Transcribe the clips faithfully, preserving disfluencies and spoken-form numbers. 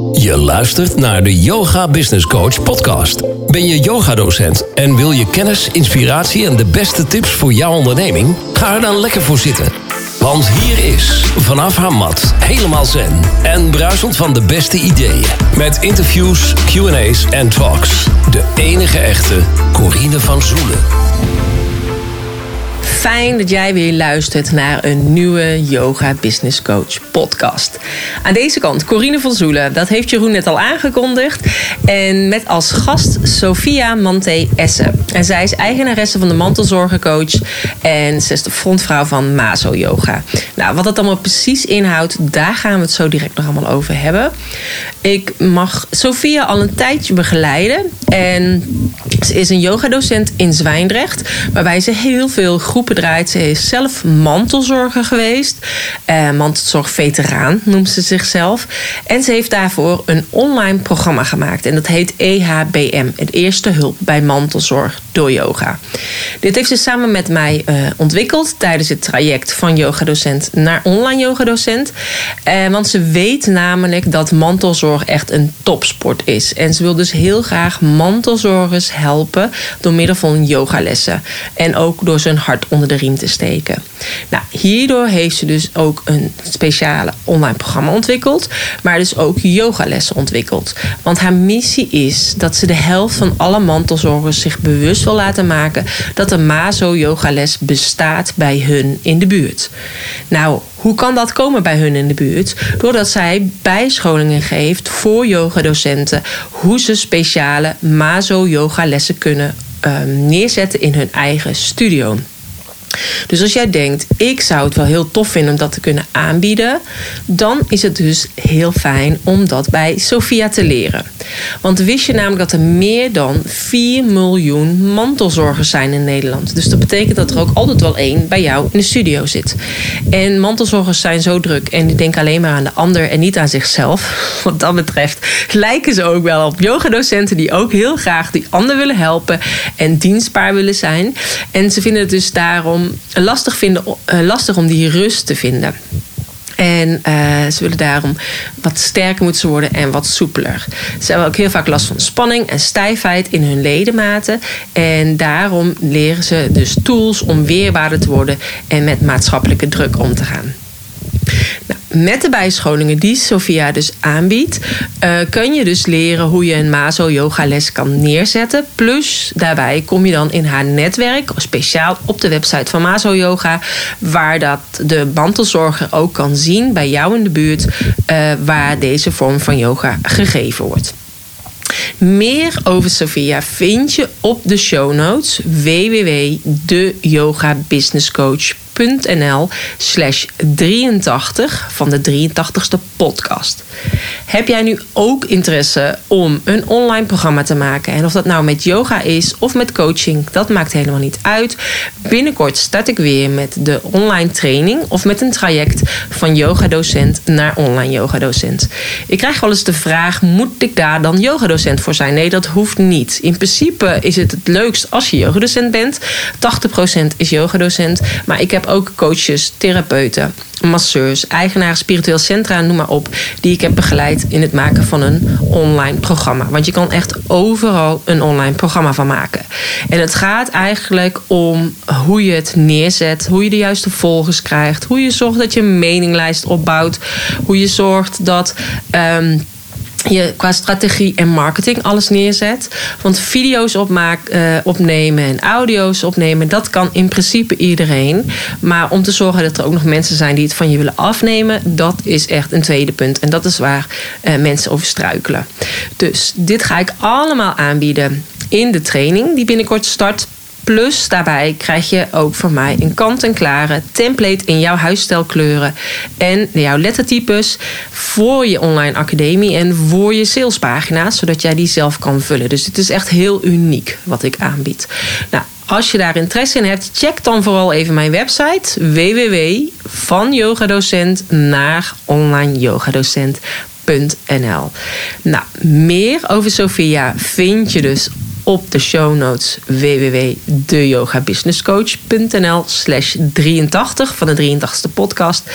Je luistert naar de Yoga Business Coach podcast. Ben je yogadocent en wil je kennis, inspiratie en de beste tips voor jouw onderneming? Ga er dan lekker voor zitten. Want hier is, vanaf haar mat, helemaal zen en bruisend van de beste ideeën. Met interviews, Q en A's en talks. De enige echte Corine van Zoelen. Fijn dat jij weer luistert naar een nieuwe Yoga Business Coach podcast. Aan deze kant Corine van Zoelen, dat heeft Jeroen net al aangekondigd. En met als gast Sophia Mantey-Essen. En zij is eigenaresse van de Mantelzorgercoach en ze is de frontvrouw van Mazo Yoga. Nou, wat dat allemaal precies inhoudt, daar gaan we het zo direct nog allemaal over hebben. Ik mag Sophia al een tijdje begeleiden en ze is een yogadocent in Zwijndrecht, waarbij ze heel veel groepen draait. Ze is zelf mantelzorger geweest. Uh, mantelzorgveteraan noemt ze zichzelf. En ze heeft daarvoor een online programma gemaakt. En dat heet E H B M. Het eerste hulp bij mantelzorg door yoga. Dit heeft ze samen met mij uh, ontwikkeld tijdens het traject van yogadocent naar online yogadocent. Uh, want ze weet namelijk dat mantelzorg echt een topsport is. En ze wil dus heel graag mantelzorgers helpen door middel van yogalessen. En ook door zijn hart onder de riem te steken. Nou, hierdoor heeft ze dus ook een speciale online programma ontwikkeld, maar dus ook yogalessen ontwikkeld. Want haar missie is dat ze de helft van alle mantelzorgers zich bewust wil laten maken dat een Mazo yogales bestaat bij hun in de buurt. Nou, hoe kan dat komen bij hun in de buurt? Doordat zij bijscholingen geeft voor yogadocenten hoe ze speciale Mazo yogalessen kunnen uh, neerzetten in hun eigen studio. Dus als jij denkt, ik zou het wel heel tof vinden om dat te kunnen aanbieden, dan is het dus heel fijn om dat bij Sophia te leren. Want wist je namelijk dat er meer dan vier miljoen mantelzorgers zijn in Nederland. Dus dat betekent dat er ook altijd wel één bij jou in de studio zit. En mantelzorgers zijn zo druk en die denken alleen maar aan de ander en niet aan zichzelf. Wat dat betreft lijken ze ook wel op yogadocenten die ook heel graag die ander willen helpen en dienstbaar willen zijn. En ze vinden het dus daarom lastig, vinden, uh, lastig om die rust te vinden. En uh, ze willen daarom wat sterker moeten worden en wat soepeler. Ze hebben ook heel vaak last van spanning en stijfheid in hun ledematen. En daarom leren ze dus tools om weerbaarder te worden en met maatschappelijke druk om te gaan. Nou, met de bijscholingen die Sophia dus aanbiedt, uh, kun je dus leren hoe je een Mazo yogales kan neerzetten. Plus daarbij kom je dan in haar netwerk, speciaal op de website van Mazo Yoga, waar dat de mantelzorger ook kan zien bij jou in de buurt, uh, waar deze vorm van yoga gegeven wordt. Meer over Sophia vind je op de show notes w w w punt de yoga business coach punt n l slash drieëntachtig van de drieëntachtigste podcast. Heb jij nu ook interesse om een online programma te maken? En of dat nou met yoga is of met coaching, dat maakt helemaal niet uit. Binnenkort start ik weer met de online training of met een traject van yogadocent naar online yogadocent. Ik krijg wel eens de vraag, moet ik daar dan yogadocent voor zijn? Nee, dat hoeft niet. In principe is het het leukst als je yogadocent bent. tachtig procent is yogadocent, maar ik heb ook coaches, therapeuten, masseurs, eigenaren, spiritueel centra, noem maar op, die ik heb begeleid in het maken van een online programma. Want je kan echt overal een online programma van maken. En het gaat eigenlijk om hoe je het neerzet, hoe je de juiste volgers krijgt, hoe je zorgt dat je een meninglijst opbouwt, hoe je zorgt dat Um, je qua strategie en marketing alles neerzet. Want video's opmaak, uh, opnemen en audio's opnemen, dat kan in principe iedereen. Maar om te zorgen dat er ook nog mensen zijn die het van je willen afnemen, dat is echt een tweede punt. En dat is waar uh, mensen over struikelen. Dus dit ga ik allemaal aanbieden in de training die binnenkort start. Plus daarbij krijg je ook van mij een kant-en-klare template in jouw huisstijlkleuren en jouw lettertypes voor je online academie en voor je salespagina's, zodat jij die zelf kan vullen. Dus het is echt heel uniek wat ik aanbied. Nou, als je daar interesse in hebt, check dan vooral even mijn website w w w punt van yogadocent naar online yogadocent punt n l. Nou, meer over Sophia vind je dus op de show notes w w w punt de yoga business coach punt n l slash drieëntachtig van de drieëntachtigste podcast.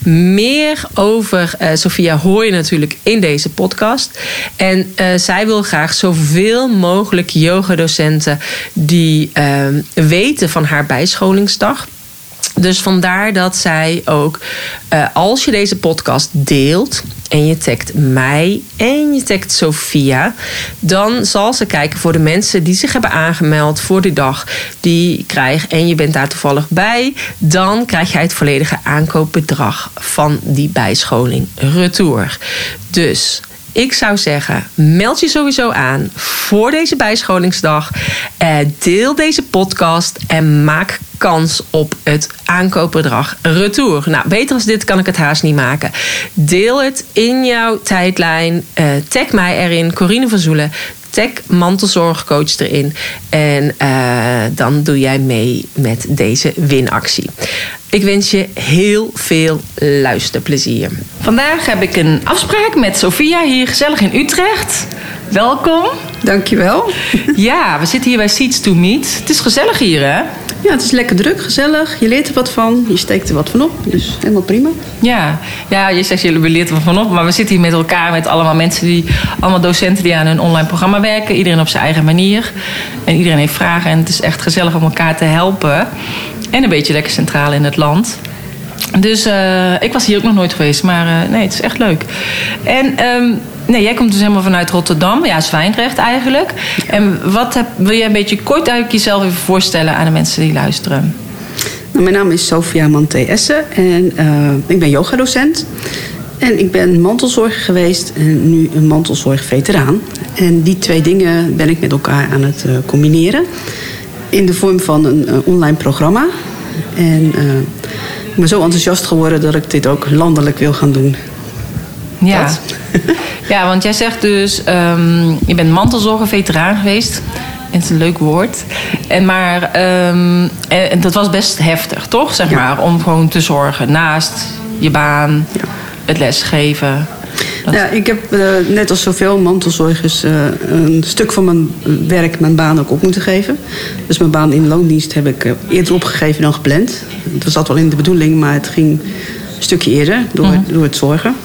Meer over uh, Sophia hoor je natuurlijk in deze podcast. En uh, zij wil graag zoveel mogelijk yogadocenten die uh, weten van haar bijscholingsdag. Dus vandaar dat zij ook, uh, als je deze podcast deelt en je tagt mij en je tagt Sophia, dan zal ze kijken voor de mensen die zich hebben aangemeld voor die dag die krijgen en je bent daar toevallig bij, dan krijg jij het volledige aankoopbedrag van die bijscholing retour. Dus ik zou zeggen, meld je sowieso aan voor deze bijscholingsdag. Eh, deel deze podcast en maak kans op het aankoopbedrag retour. Nou, beter als dit kan ik het haast niet maken. Deel het in jouw tijdlijn. Uh, tag mij erin, Corine van Zoelen. Tag mantelzorgcoach erin. En uh, dan doe jij mee met deze winactie. Ik wens je heel veel luisterplezier. Vandaag heb ik een afspraak met Sophia hier gezellig in Utrecht. Welkom. Dankjewel. Ja, we zitten hier bij Seeds to Meet. Het is gezellig hier, hè? Ja, het is lekker druk, gezellig. Je leert er wat van, je steekt er wat van op. Dus helemaal prima. Ja, ja je zegt je leert er wat van op. Maar we zitten hier met elkaar met allemaal mensen die... allemaal docenten die aan een online programma werken. Iedereen op zijn eigen manier. En iedereen heeft vragen. En het is echt gezellig om elkaar te helpen. En een beetje lekker centraal in het land. Dus uh, ik was hier ook nog nooit geweest. Maar uh, nee, het is echt leuk. En... Um, Nee, jij komt dus helemaal vanuit Rotterdam. Ja, Zwijndrecht eigenlijk. Ja. En wat heb, wil jij een beetje kort eigenlijk jezelf even voorstellen aan de mensen die luisteren? Nou, mijn naam is Sophia Manté-Essen en uh, ik ben yogadocent. En ik ben mantelzorger geweest en nu een mantelzorgveteraan. En die twee dingen ben ik met elkaar aan het uh, combineren. In de vorm van een uh, online programma. En uh, ik ben zo enthousiast geworden dat ik dit ook landelijk wil gaan doen. Ja. Ja, want jij zegt dus, um, je bent mantelzorger, veteraan geweest. En het is een leuk woord. En maar um, en dat was best heftig, toch? Zeg ja. maar, om gewoon te zorgen naast je baan, ja. het lesgeven. Dat... Ja, ik heb uh, net als zoveel mantelzorgers uh, een stuk van mijn werk, mijn baan ook op moeten geven. Dus mijn baan in loondienst heb ik uh, eerder opgegeven dan gepland. Dat zat wel in de bedoeling, maar het ging een stukje eerder door, mm-hmm. door het zorgen.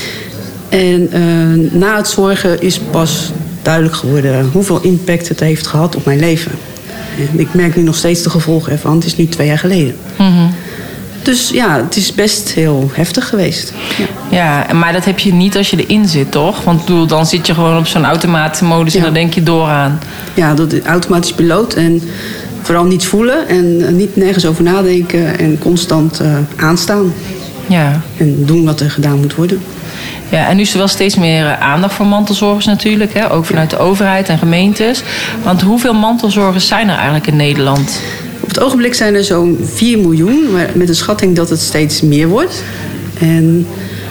En uh, na het zorgen is pas duidelijk geworden hoeveel impact het heeft gehad op mijn leven. En ik merk nu nog steeds de gevolgen ervan. Het is nu twee jaar geleden. Mm-hmm. Dus ja, het is best heel heftig geweest. Ja. ja, maar dat heb je niet als je erin zit, toch? Want bedoel, dan zit je gewoon op zo'n automatische modus ja. en dan denk je door aan. Ja, dat is automatisch piloot en vooral niets voelen en niet nergens over nadenken en constant uh, aanstaan. Ja. En doen wat er gedaan moet worden. Ja, en nu is er wel steeds meer aandacht voor mantelzorgers natuurlijk. Hè? Ook vanuit de overheid en gemeentes. Want hoeveel mantelzorgers zijn er eigenlijk in Nederland? Op het ogenblik zijn er zo'n vier miljoen. Maar met een schatting dat het steeds meer wordt. En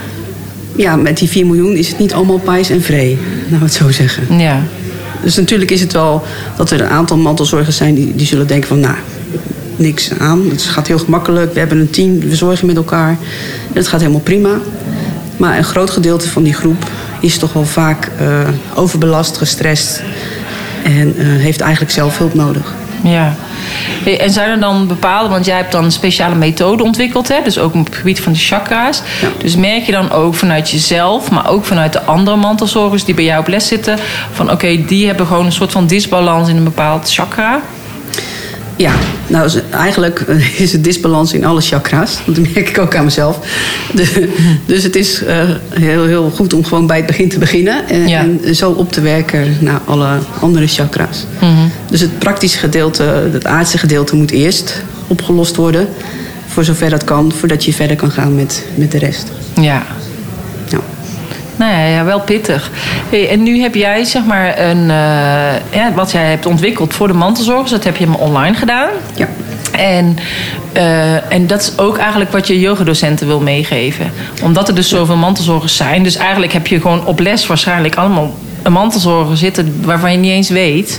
ja, met die vier miljoen is het niet allemaal pais en vree. Nou, het zo zeggen. Ja. Dus natuurlijk is het wel dat er een aantal mantelzorgers zijn die, die zullen denken van... nou, niks aan. Het gaat heel gemakkelijk. We hebben een team, we zorgen met elkaar. En het gaat helemaal prima. Maar een groot gedeelte van die groep is toch wel vaak uh, overbelast, gestrest. En uh, heeft eigenlijk zelf hulp nodig. Ja. Hey, en zijn er dan bepaalde, want jij hebt dan een speciale methode ontwikkeld, hè? Dus ook op het gebied van de chakra's. Ja. Dus merk je dan ook vanuit jezelf, maar ook vanuit de andere mantelzorgers die bij jou op les zitten, van oké, okay, die hebben gewoon een soort van disbalans in een bepaald chakra? Ja, nou eigenlijk is het disbalans in alle chakra's. Dat merk ik ook aan mezelf. De, dus het is uh, heel, heel goed om gewoon bij het begin te beginnen. En, ja. en zo op te werken naar alle andere chakra's. Mm-hmm. Dus het praktische gedeelte, het aardse gedeelte moet eerst opgelost worden. Voor zover dat kan, voordat je verder kan gaan met, met de rest. Ja. Ja. Nou ja, ja, wel pittig. Hey, en nu heb jij zeg maar een, uh, ja, wat jij hebt ontwikkeld voor de mantelzorgers, dat heb je maar online gedaan. Ja. En, uh, en dat is ook eigenlijk wat je yogadocenten wil meegeven. Omdat er dus zoveel mantelzorgers zijn. Dus eigenlijk heb je gewoon op les waarschijnlijk allemaal een mantelzorger zitten waarvan je niet eens weet.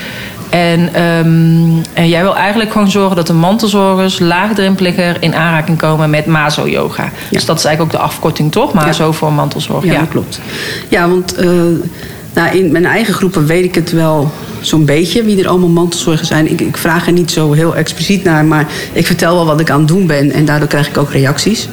En, um, en jij wil eigenlijk gewoon zorgen dat de mantelzorgers laagdrempeliger in aanraking komen met Mazo-yoga. Ja. Dus dat is eigenlijk ook de afkorting, toch? Mazo ja. voor mantelzorg. Ja, ja, dat klopt. Ja, want uh, nou, in mijn eigen groepen weet ik het wel zo'n beetje wie er allemaal mantelzorgers zijn. Ik, ik vraag er niet zo heel expliciet naar, maar ik vertel wel wat ik aan het doen ben. En daardoor krijg ik ook reacties.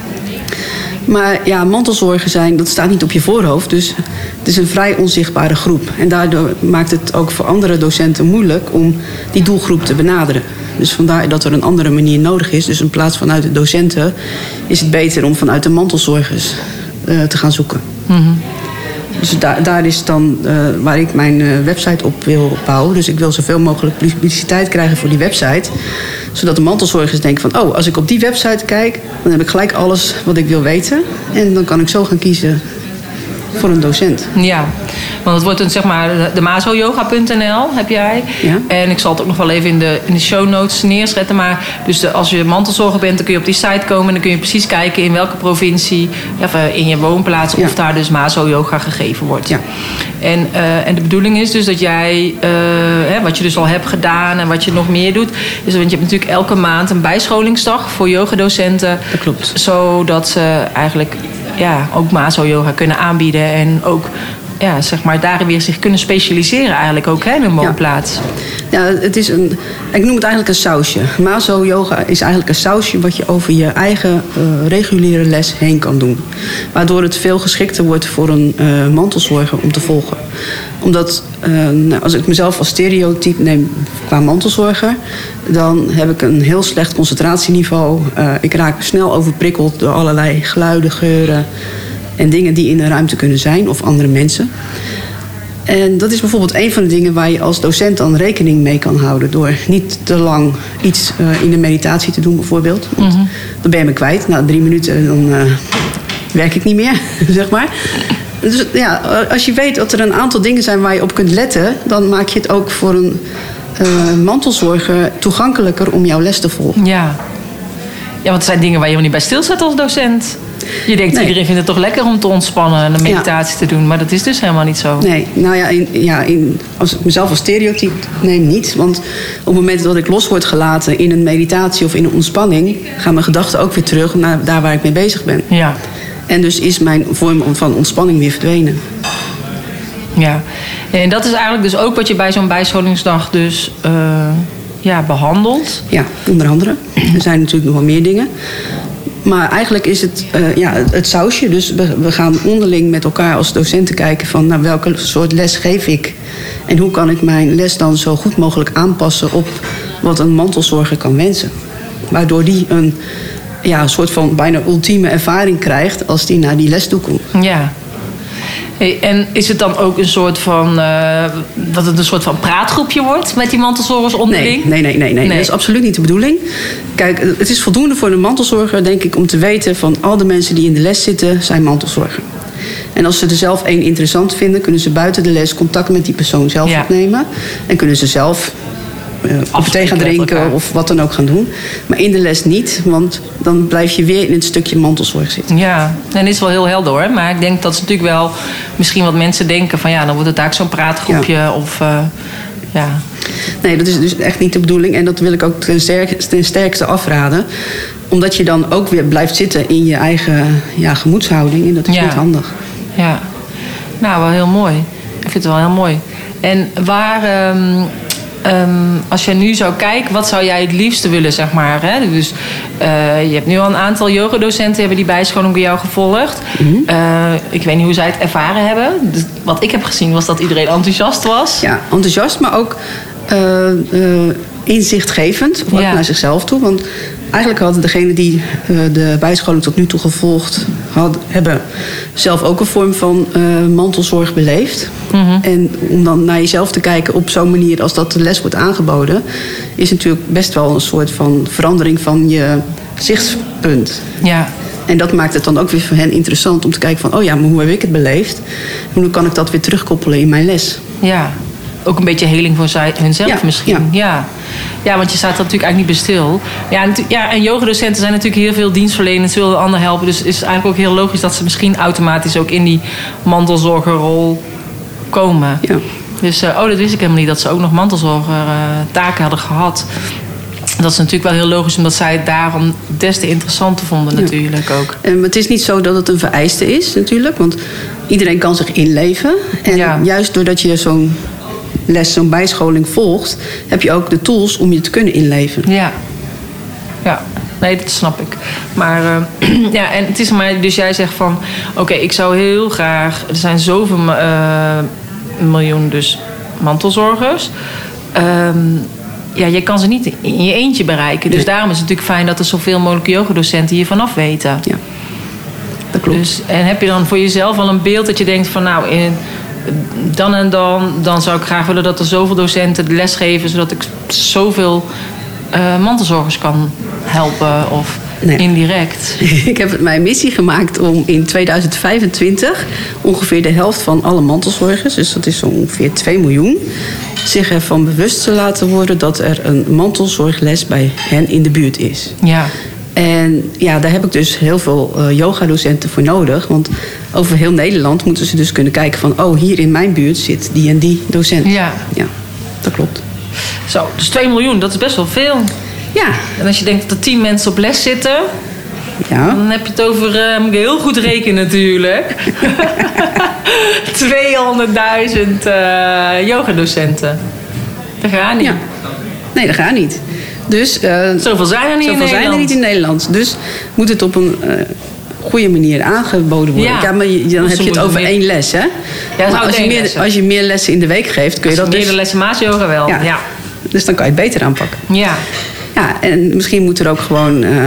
Maar ja, mantelzorger zijn, dat staat niet op je voorhoofd. Dus het is een vrij onzichtbare groep. En daardoor maakt het ook voor andere docenten moeilijk om die doelgroep te benaderen. Dus vandaar dat er een andere manier nodig is. Dus in plaats vanuit de docenten is het beter om vanuit de mantelzorgers uh, te gaan zoeken. Mm-hmm. Dus daar, daar is dan uh, waar ik mijn uh, website op wil bouwen. Dus ik wil zoveel mogelijk publiciteit krijgen voor die website. Zodat de mantelzorgers denken van, oh, als ik op die website kijk, dan heb ik gelijk alles wat ik wil weten. En dan kan ik zo gaan kiezen voor een docent. Ja, want het wordt een, zeg maar, de mazoyoga punt n l heb jij. Ja. En ik zal het ook nog wel even in de, in de show notes neerzetten. Maar dus de, als je mantelzorger bent, dan kun je op die site komen. En dan kun je precies kijken in welke provincie, of in je woonplaats, ja. of daar dus mazoyoga gegeven wordt. Ja. En, uh, en de bedoeling is dus dat jij, uh, hè, wat je dus al hebt gedaan en wat je nog meer doet. Dus, want je hebt natuurlijk elke maand een bijscholingsdag voor yogadocenten. Dat klopt. Zodat ze eigenlijk ja, ook mazo-yoga kunnen aanbieden. En ook ja, zeg maar, daarin weer zich kunnen specialiseren eigenlijk ook hè, in een woonplaats. Ja. ja, het is een, ik noem het eigenlijk een sausje. Mazo-yoga is eigenlijk een sausje wat je over je eigen uh, reguliere les heen kan doen. Waardoor het veel geschikter wordt voor een uh, mantelzorger om te volgen. Omdat, uh, nou, als ik mezelf als stereotype neem qua mantelzorger, dan heb ik een heel slecht concentratieniveau. Uh, ik raak snel overprikkeld door allerlei geluiden, geuren en dingen die in de ruimte kunnen zijn, of andere mensen. En dat is bijvoorbeeld een van de dingen waar je als docent dan rekening mee kan houden. Door niet te lang iets uh, in de meditatie te doen bijvoorbeeld. Want mm-hmm. dan ben je me kwijt. Na drie minuten dan uh, werk ik niet meer, zeg maar. Dus ja, als je weet dat er een aantal dingen zijn waar je op kunt letten, dan maak je het ook voor een uh, mantelzorger toegankelijker om jouw les te volgen. Ja. Ja, want het zijn dingen waar je helemaal niet bij stilstaat als docent. Je denkt, nee. iedereen vindt het toch lekker om te ontspannen en een meditatie ja. te doen. Maar dat is dus helemaal niet zo. Nee, nou ja, in, ja in, als ik mezelf als stereotype neem niet. Want op het moment dat ik los word gelaten in een meditatie of in een ontspanning, gaan mijn gedachten ook weer terug naar daar waar ik mee bezig ben. Ja. En dus is mijn vorm van ontspanning weer verdwenen. Ja, en dat is eigenlijk dus ook wat je bij zo'n bijscholingsdag dus uh, ja, behandelt. Ja, onder andere. Er zijn natuurlijk nog wel meer dingen. Maar eigenlijk is het uh, ja, het sausje. Dus we, we gaan onderling met elkaar als docenten kijken van nou, welke soort les geef ik. En hoe kan ik mijn les dan zo goed mogelijk aanpassen op wat een mantelzorger kan wensen. Waardoor die een ja, een soort van bijna ultieme ervaring krijgt als die naar die les toe komt. Ja. Hey, en is het dan ook een soort van uh, dat het een soort van praatgroepje wordt met die mantelzorgers onderling? Nee, nee, nee, nee, nee. nee. Dat is absoluut niet de bedoeling. Kijk, het is voldoende voor de mantelzorger, denk ik, om te weten van al de mensen die in de les zitten, zijn mantelzorger. En als ze er zelf één interessant vinden, kunnen ze buiten de les contact met die persoon zelf ja. opnemen. En kunnen ze zelf Uh, of thee gaan drinken of wat dan ook gaan doen. Maar in de les niet, want dan blijf je weer in het stukje mantelzorg zitten. Ja, en dat is wel heel helder hoor. Maar ik denk dat is natuurlijk wel misschien wat mensen denken van ja, dan wordt het eigenlijk zo'n praatgroepje ja. of uh, ja. Nee, dat is dus echt niet de bedoeling. En dat wil ik ook ten sterkste, ten sterkste afraden. Omdat je dan ook weer blijft zitten in je eigen ja, gemoedshouding. En dat is ja. niet handig. Ja, nou wel heel mooi. Ik vind het wel heel mooi. En waar Um, Um, als je nu zou kijken, wat zou jij het liefste willen, zeg maar? Hè? Dus uh, je hebt nu al een aantal yogadocenten hebben die bijscholing bij jou gevolgd. Mm-hmm. Uh, ik weet niet hoe zij het ervaren hebben. Dus wat ik heb gezien was dat iedereen enthousiast was. Ja, enthousiast, maar ook uh, uh, inzichtgevend ja. naar zichzelf toe. Want eigenlijk hadden degenen die uh, de bijscholing tot nu toe gevolgd had, hebben zelf ook een vorm van uh, mantelzorg beleefd. Mm-hmm. En om dan naar jezelf te kijken op zo'n manier als dat de les wordt aangeboden, is natuurlijk best wel een soort van verandering van je zichtpunt. Ja. En dat maakt het dan ook weer voor hen interessant om te kijken van, oh ja, maar hoe heb ik het beleefd? En hoe kan ik dat weer terugkoppelen in mijn les? Ja. Ook een beetje heling voor zij, hunzelf ja, misschien. Ja. Ja. ja, want je staat er natuurlijk eigenlijk niet bij stil. Ja, ja, en yogadocenten zijn natuurlijk heel veel dienstverlenend. Ze willen anderen helpen. Dus het is eigenlijk ook heel logisch dat ze misschien automatisch ook in die mantelzorgerrol komen. Ja. Dus, uh, oh, dat wist ik helemaal niet. Dat ze ook nog mantelzorger uh, taken hadden gehad. Dat is natuurlijk wel heel logisch, omdat zij het daarom des te interessanter vonden natuurlijk ja. ook. En het is niet zo dat het een vereiste is natuurlijk. Want iedereen kan zich inleven. En ja. juist doordat je zo'n les, zo'n bijscholing volgt, heb je ook de tools om je te kunnen inleven. Ja. Ja. Nee, dat snap ik. Maar uh, ja, en het is maar, dus jij zegt van, oké, okay, ik zou heel graag, er zijn zoveel uh, miljoen dus mantelzorgers. Um, ja, je kan ze niet in je eentje bereiken. Dus nee. Daarom is het natuurlijk fijn dat er zoveel mogelijk yogadocenten hiervan af weten. Ja, dat klopt. Dus, en heb je dan voor jezelf al een beeld dat je denkt van, nou, in, dan en dan, dan zou ik graag willen dat er zoveel docenten de les geven, zodat ik zoveel uh, mantelzorgers kan helpen of nee. indirect. Ik heb het mijn missie gemaakt om in tweeduizend vijfentwintig ongeveer de helft van alle mantelzorgers, dus dat is zo ongeveer twee miljoen, zich ervan bewust te laten worden dat er een mantelzorgles bij hen in de buurt is. Ja. En ja, daar heb ik dus heel veel uh, yogadocenten voor nodig. Want over heel Nederland moeten ze dus kunnen kijken van, oh, hier in mijn buurt zit die en die docent. Ja. Ja, dat klopt. Zo, dus twee miljoen, dat is best wel veel. Ja. En als je denkt dat er tien mensen op les zitten, ja. dan heb je het over, uh, moet je heel goed rekenen natuurlijk. tweehonderdduizend uh, yogadocenten. Dat gaat niet. Ja. Nee, dat gaat niet. Dus, uh, zoveel zijn er niet zoveel in zijn er niet in Nederland. Dus moet het op een uh, goede manier aangeboden worden. Ja, ja maar je, dan heb je het over meer... één les, hè? Ja, maar als je, meer, als je meer lessen in de week geeft, kun je als dat dus... Meer lessen maatyoga wel, ja. ja. Dus dan kan je het beter aanpakken. Ja. Ja, en misschien moet er ook gewoon uh,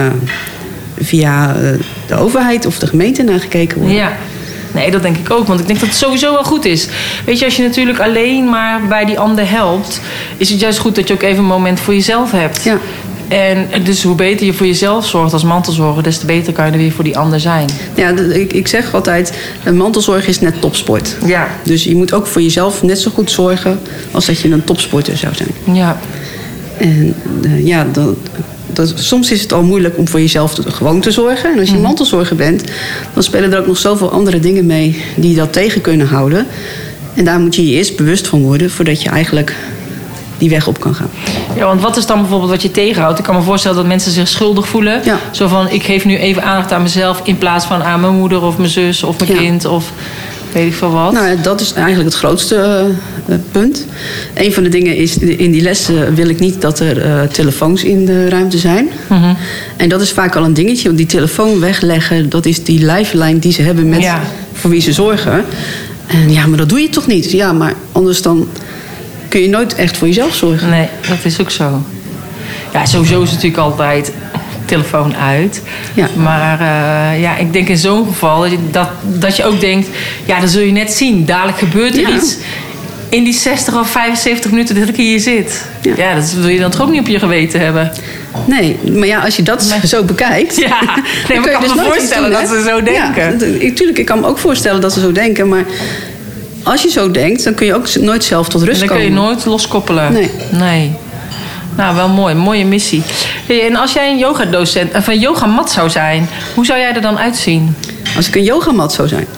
via uh, de overheid of de gemeente naar gekeken worden. Ja. Nee, dat denk ik ook. Want ik denk dat het sowieso wel goed is. Weet je, als je natuurlijk alleen maar bij die ander helpt, is het juist goed dat je ook even een moment voor jezelf hebt. Ja. En dus hoe beter je voor jezelf zorgt als mantelzorger, des te beter kan je er weer voor die ander zijn. Ja, ik, ik zeg altijd, een mantelzorg is net topsport. Ja. Dus je moet ook voor jezelf net zo goed zorgen als dat je een topsporter zou zijn. Ja. En uh, ja, dat, dat, soms is het al moeilijk om voor jezelf te, gewoon te zorgen. En als je mm. mantelzorger bent, dan spelen er ook nog zoveel andere dingen mee die dat tegen kunnen houden. En daar moet je je eerst bewust van worden voordat je eigenlijk die weg op kan gaan. Ja, want wat is dan bijvoorbeeld wat je tegenhoudt? Ik kan me voorstellen dat mensen zich schuldig voelen. Ja. Zo van, ik geef nu even aandacht aan mezelf in plaats van aan mijn moeder of mijn zus of mijn ja. kind of weet ik veel wat. Nou, dat is eigenlijk het grootste uh, punt. Een van de dingen is, in die lessen wil ik niet dat er uh, telefoons in de ruimte zijn. Mm-hmm. En dat is vaak al een dingetje, want die telefoon wegleggen, dat is die lifeline die ze hebben met ja. voor wie ze zorgen. En ja, maar dat doe je toch niet? Ja, maar anders dan kun je nooit echt voor jezelf zorgen. Nee, dat is ook zo. Ja, sowieso is het natuurlijk altijd telefoon uit. Ja. Maar uh, ja, ik denk in zo'n geval dat, dat je ook denkt, ja, dan zul je net zien. Dadelijk gebeurt er ja. iets in die zestig of vijfenzeventig minuten dat ik hier zit. Ja, ja dat wil je dan toch ook niet op je geweten hebben. Nee, maar ja, als je dat nee. zo bekijkt. Ja, nee, maar ik kan me dus voorstellen doen, dat ze zo denken. Ja, tuurlijk, ik kan me ook voorstellen dat ze zo denken, maar als je zo denkt, dan kun je ook nooit zelf tot rust dan komen. Dan kun je nooit loskoppelen. Nee. Nee. Nou, wel mooi. Mooie missie. En als jij een yogadocent, of een yogamat zou zijn, hoe zou jij er dan uitzien? Als ik een yogamat zou zijn?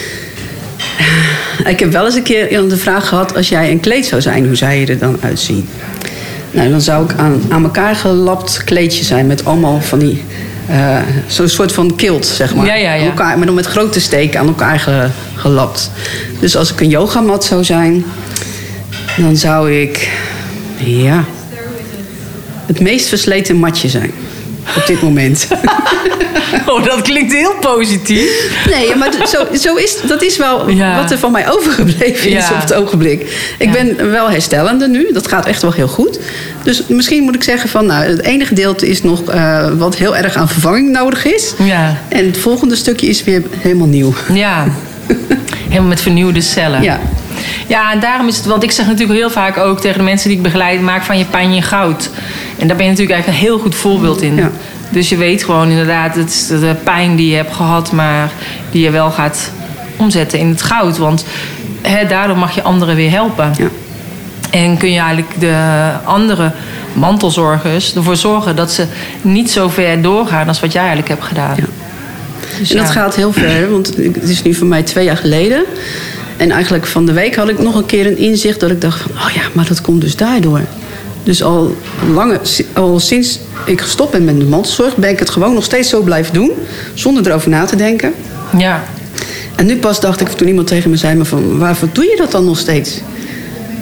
Ik heb wel eens een keer de vraag gehad, als jij een kleed zou zijn, hoe zou je er dan uitzien? Nou, dan zou ik aan, aan elkaar gelapt kleedje zijn met allemaal van die Uh, zo'n soort van kilt, zeg maar. Ja, ja, ja. Elkaar, maar dan met grote steken aan elkaar ge, gelapt. Dus als ik een yogamat zou zijn, dan zou ik, ja, het meest versleten matje zijn. Op dit moment. Oh, dat klinkt heel positief. Nee, maar zo, zo is, dat is wel ja. wat er van mij overgebleven is ja. op het ogenblik. Ik ja. ben wel herstellende nu. Dat gaat echt wel heel goed. Dus misschien moet ik zeggen van, nou, het ene gedeelte is nog uh, wat heel erg aan vervanging nodig is. Ja. En het volgende stukje is weer helemaal nieuw. Ja, helemaal met vernieuwde cellen. Ja. Ja, en daarom is het, want ik zeg natuurlijk heel vaak ook tegen de mensen die ik begeleid, maak van je pijn je goud. En daar ben je natuurlijk eigenlijk een heel goed voorbeeld in. Ja. Dus je weet gewoon inderdaad, het is de pijn die je hebt gehad, maar die je wel gaat omzetten in het goud. Want hè, daardoor mag je anderen weer helpen. Ja. En kun je eigenlijk de andere mantelzorgers ervoor zorgen dat ze niet zo ver doorgaan als wat jij eigenlijk hebt gedaan. Ja. Dus en dat ja. gaat heel ver, want het is nu voor mij twee jaar geleden. En eigenlijk van de week had ik nog een keer een inzicht dat ik dacht van, oh ja, maar dat komt dus daardoor. Dus al, lange, al sinds ik gestopt ben met de mantelzorg, ben ik het gewoon nog steeds zo blijven doen, zonder erover na te denken. Ja. En nu pas dacht ik, toen iemand tegen me zei, maar van, waarvoor doe je dat dan nog steeds?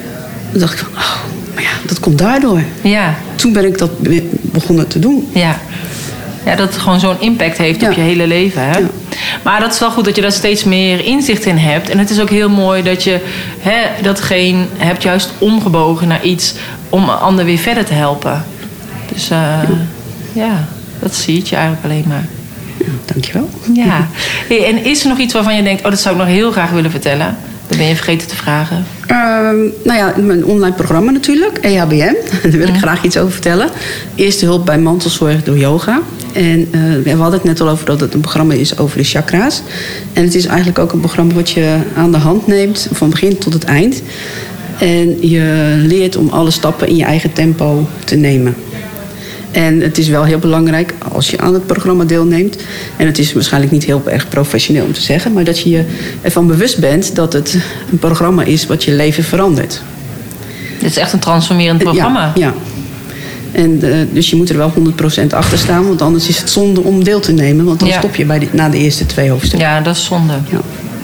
Toen dacht ik van, oh, maar ja, dat komt daardoor. Ja. Toen ben ik dat begonnen te doen. Ja. Ja, dat het gewoon zo'n impact heeft ja. op je hele leven. Hè? Ja. Maar dat is wel goed dat je daar steeds meer inzicht in hebt. En het is ook heel mooi dat je hè, datgene hebt juist omgebogen naar iets om een ander weer verder te helpen. Dus uh, ja. ja, dat zie je eigenlijk alleen maar. Ja, dankjewel. Ja. Hey, en is er nog iets waarvan je denkt, oh, dat zou ik nog heel graag willen vertellen? Dat ben je vergeten te vragen. Uh, nou ja, mijn online programma natuurlijk, E H B M. Daar wil ik graag iets over vertellen. Eerste hulp bij mantelzorg door yoga. En uh, we hadden het net al over dat het een programma is over de chakra's. En het is eigenlijk ook een programma wat je aan de hand neemt, van begin tot het eind. En je leert om alle stappen in je eigen tempo te nemen. En het is wel heel belangrijk als je aan het programma deelneemt. En het is waarschijnlijk niet heel erg professioneel om te zeggen, maar dat je je ervan bewust bent dat het een programma is wat je leven verandert. Het is echt een transformerend programma. Ja, ja. En, uh, dus je moet er wel honderd procent achter staan, want anders is het zonde om deel te nemen. Want dan ja. stop je bij de, na de eerste twee hoofdstukken. Ja, dat is zonde. Ja.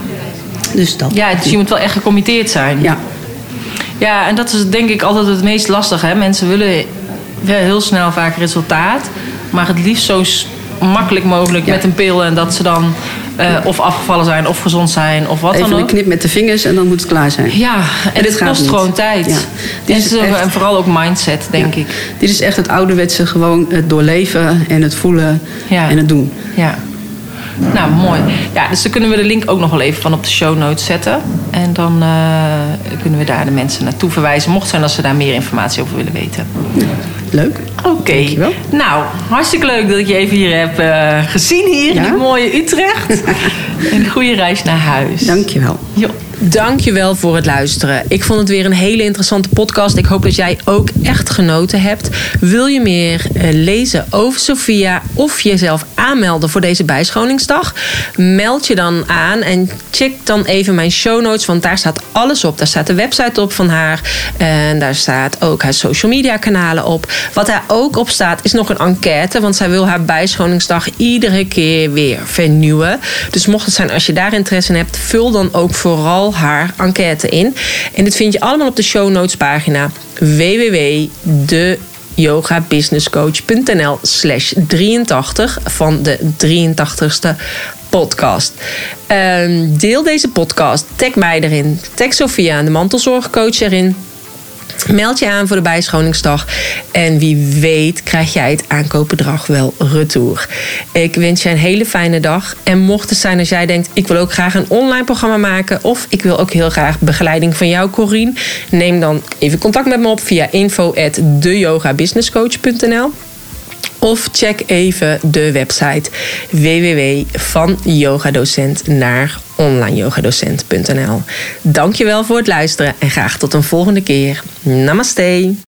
Dus dat. Ja, dus je moet wel echt gecommitteerd zijn. Ja. Ja, en dat is denk ik altijd het meest lastige. Hè? Mensen willen heel snel vaak resultaat, maar het liefst zo makkelijk mogelijk ja. met een pil en dat ze dan uh, of afgevallen zijn of gezond zijn of wat Even dan ook. Even een knip met de vingers en dan moet het klaar zijn. Ja, en, en het kost gewoon tijd. Ja. Dit is en, echt, en vooral ook mindset, denk ja. ik. Dit is echt het ouderwetse, gewoon het doorleven en het voelen ja. en het doen. Ja. Nou, mooi. Ja, dus dan kunnen we de link ook nog wel even van op de show notes zetten. En dan uh, kunnen we daar de mensen naartoe verwijzen, mocht zijn als ze daar meer informatie over willen weten. Ja, leuk. Oké. Okay. Nou, hartstikke leuk dat ik je even hier heb uh, gezien hier ja? in het mooie Utrecht. En een goede reis naar huis. Dankjewel. Jo. Dankjewel voor het luisteren. Ik vond het weer een hele interessante podcast. Ik hoop dat jij ook echt genoten hebt. Wil je meer lezen over Sophia of jezelf aanmelden voor deze bijschoningsdag? Meld je dan aan en check dan even mijn show notes, want daar staat alles op. Daar staat de website op van haar en daar staat ook haar social media kanalen op. Wat daar ook op staat is nog een enquête, want zij wil haar bijschoningsdag iedere keer weer vernieuwen. Dus mocht het zijn als je daar interesse in hebt, vul dan ook vooral haar enquête in. En dit vind je allemaal op de show notes pagina w w w punt de yoga business coach punt n l slash drieëntachtig van de drieëntachtigste podcast. Um, deel deze podcast, tag mij erin, tag Sophia, de mantelzorgcoach erin. Meld je aan voor de bijschoningsdag. En wie weet krijg jij het aankoopbedrag wel retour. Ik wens je een hele fijne dag. En mocht het zijn als jij denkt, ik wil ook graag een online programma maken, of ik wil ook heel graag begeleiding van jou, Corine, neem dan even contact met me op via info at de yoga business coach punt n l. Of check even de website w w w van yogadocent naar online yogadocent punt n l. Dankjewel voor het luisteren en graag tot een volgende keer. Namaste.